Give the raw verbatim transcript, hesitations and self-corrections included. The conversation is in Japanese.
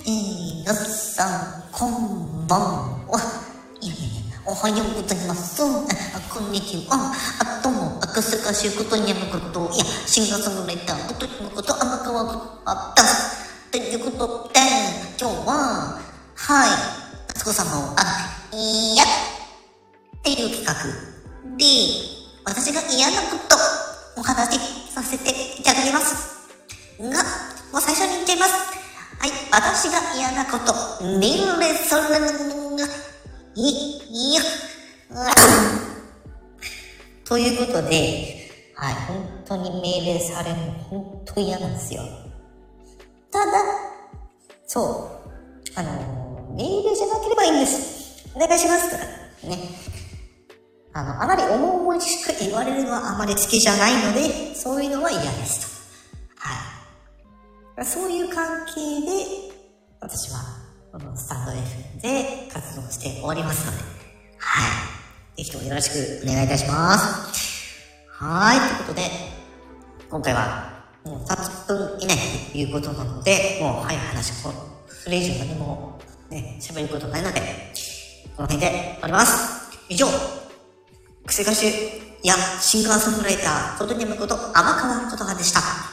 えー、皆さん、こんばんは。いやいやいや、おはようございます。あ、こんにちは。あ、どうも、赤坂しゅうことにゃむこと、いや、シンガーソングライターことにむこと、天川ことあった。ということで、今日は、はい、あつこさんの、あ、いや、っていう企画で、私が嫌なことお話しさせていただきますが、もう最初に言っちゃいます。はい、私が嫌なこと、命令される、い、いや、ということで、はい、本当に命令されるの本当嫌なんですよ。ただ、そう、あの、命令じゃなければいいんです。お願いしますからね。あの、あまり重々しく言われるのはあまり好きじゃないので、そういうのは嫌ですと。はい。そういう関係で、私は、このスタンド エフエム で活動しておりますので、はい。ぜひともよろしくお願いいたします。はい。ということで、今回は、もうさんじゅっぷん以内ということなので、もう早い話、それ以上何もね、喋ることないので、この辺で終わります。以上、クセ歌手やシンガーソングライター、ことにゃむこと、天川琴葉でした。